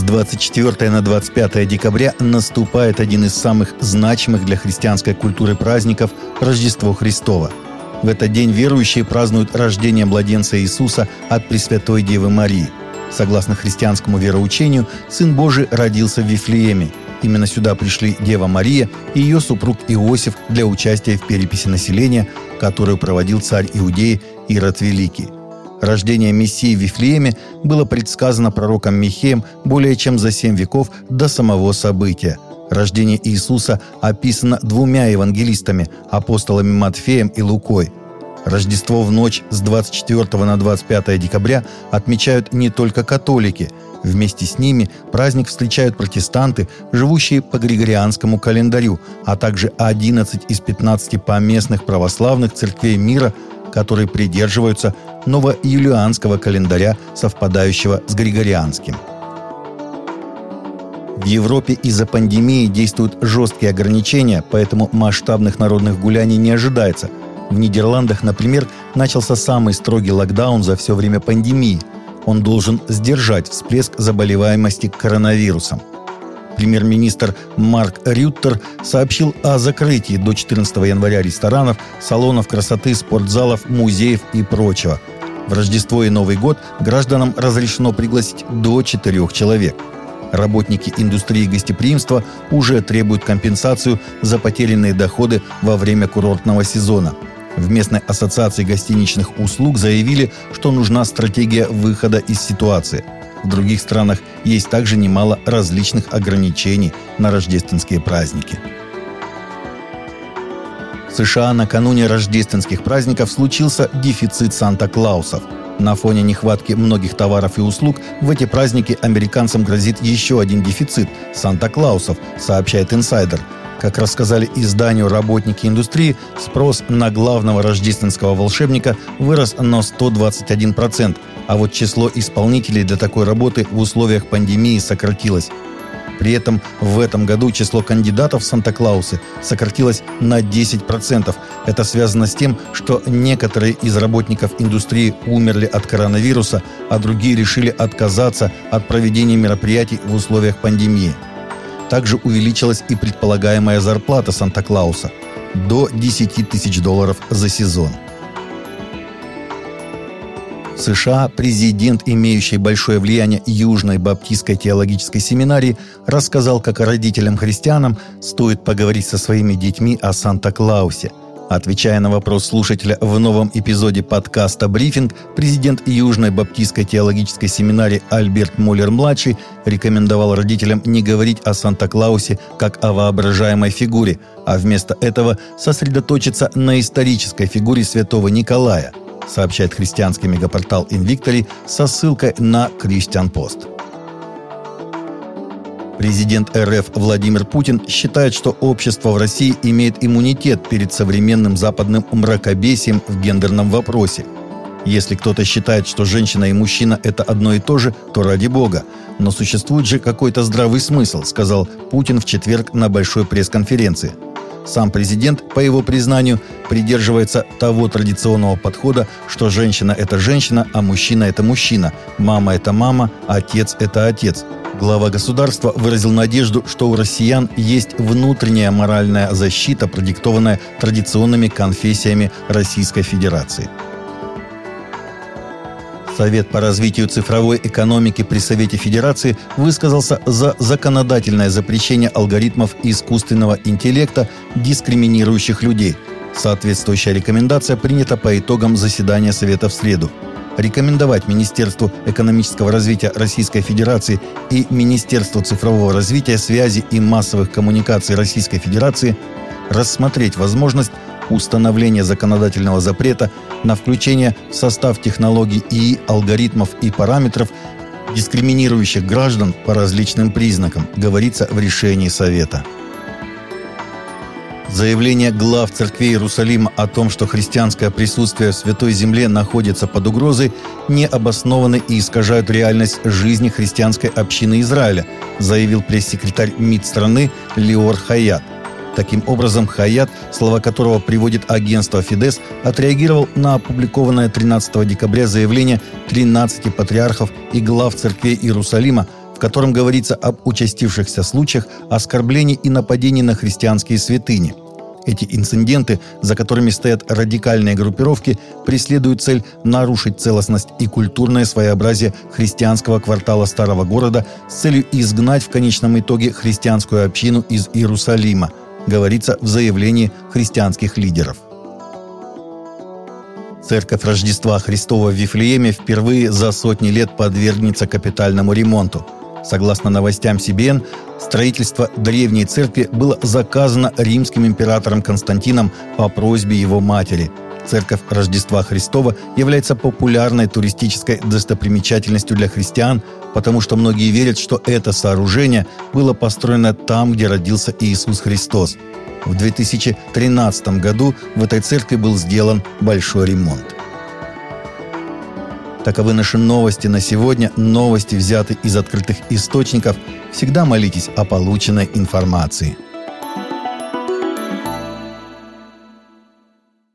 С 24 на 25 декабря наступает один из самых значимых для христианской культуры праздников – Рождество Христово. В этот день верующие празднуют рождение младенца Иисуса от Пресвятой Девы Марии. Согласно христианскому вероучению, Сын Божий родился в Вифлееме. Именно сюда пришли Дева Мария и ее супруг Иосиф для участия в переписи населения, которую проводил царь Иудеи Ирод Великий. Рождение Мессии в Вифлееме было предсказано пророком Михеем более чем за 7 веков до самого события. Рождение Иисуса описано 2 евангелистами – апостолами Матфеем и Лукой. Рождество в ночь с 24 на 25 декабря отмечают не только католики. Вместе с ними праздник встречают протестанты, живущие по Григорианскому календарю, а также 11 из 15 поместных православных церквей мира, которые придерживаются новоюлианского календаря, совпадающего с Григорианским. В Европе из-за пандемии действуют жесткие ограничения, поэтому масштабных народных гуляний не ожидается. В Нидерландах, например, начался самый строгий локдаун за все время пандемии. Он должен сдержать всплеск заболеваемости коронавирусом. Премьер-министр Марк Рюттер сообщил о закрытии до 14 января ресторанов, салонов красоты, спортзалов, музеев и прочего. В Рождество и Новый год гражданам разрешено пригласить до 4 человек. Работники индустрии гостеприимства уже требуют компенсацию за потерянные доходы во время курортного сезона. В местной ассоциации гостиничных услуг заявили, что нужна стратегия выхода из ситуации. В других странах есть также немало различных ограничений на рождественские праздники. В США накануне рождественских праздников случился дефицит Санта-Клаусов. На фоне нехватки многих товаров и услуг в эти праздники американцам грозит еще один дефицит – Санта-Клаусов, сообщает инсайдер. Как рассказали изданию работники индустрии, спрос на главного рождественского волшебника вырос на 121%, а вот число исполнителей для такой работы в условиях пандемии сократилось. При этом в этом году число кандидатов в Санта-Клаусы сократилось на 10%. Это связано с тем, что некоторые из работников индустрии умерли от коронавируса, а другие решили отказаться от проведения мероприятий в условиях пандемии. Также увеличилась и предполагаемая зарплата Санта-Клауса – до $10 тысяч за сезон. В США президент, имеющий большое влияние Южной Баптистской теологической семинарии, рассказал, как родителям-христианам стоит поговорить со своими детьми о Санта-Клаусе. Отвечая на вопрос слушателя в новом эпизоде подкаста «Брифинг», президент Южной Баптистской теологической семинарии Альберт Моллер-младший рекомендовал родителям не говорить о Санта-Клаусе как о воображаемой фигуре, а вместо этого сосредоточиться на исторической фигуре святого Николая, сообщает христианский мегапортал Invictory со ссылкой на Christian Post. Президент РФ Владимир Путин считает, что общество в России имеет иммунитет перед современным западным мракобесием в гендерном вопросе. Если кто-то считает, что женщина и мужчина – это одно и то же, то ради бога. Но существует же какой-то здравый смысл, сказал Путин в четверг на большой пресс-конференции. Сам президент, по его признанию, придерживается того традиционного подхода, что женщина – это женщина, а мужчина – это мужчина, мама – это мама, отец – это отец. Глава государства выразил надежду, что у россиян есть внутренняя моральная защита, продиктованная традиционными конфессиями Российской Федерации. Совет по развитию цифровой экономики при Совете Федерации высказался за законодательное запрещение алгоритмов искусственного интеллекта, дискриминирующих людей. Соответствующая рекомендация принята по итогам заседания Совета в среду. Рекомендовать Министерству экономического развития Российской Федерации и Министерству цифрового развития, связи и массовых коммуникаций Российской Федерации рассмотреть возможность установления законодательного запрета на включение в состав технологий ИИ алгоритмов и параметров, дискриминирующих граждан по различным признакам, говорится в решении Совета. Заявления глав церквей Иерусалима о том, что христианское присутствие в Святой Земле находится под угрозой, не обоснованы и искажают реальность жизни христианской общины Израиля, заявил пресс-секретарь МИД страны Лиор Хаят. Таким образом, Хаят, слова которого приводит агентство «Фидес», отреагировал на опубликованное 13 декабря заявление 13 патриархов и глав церквей Иерусалима, в котором говорится об участившихся случаях оскорблений и нападений на христианские святыни. Эти инциденты, за которыми стоят радикальные группировки, преследуют цель нарушить целостность и культурное своеобразие христианского квартала Старого города с целью изгнать в конечном итоге христианскую общину из Иерусалима, говорится в заявлении христианских лидеров. Церковь Рождества Христова в Вифлееме впервые за сотни лет подвергнется капитальному ремонту. Согласно новостям CBN, строительство древней церкви было заказано римским императором Константином по просьбе его матери. Церковь Рождества Христова является популярной туристической достопримечательностью для христиан, потому что многие верят, что это сооружение было построено там, где родился Иисус Христос. В 2013 году в этой церкви был сделан большой ремонт. Таковы наши новости на сегодня. Новости взяты из открытых источников. Всегда молитесь о полученной информации.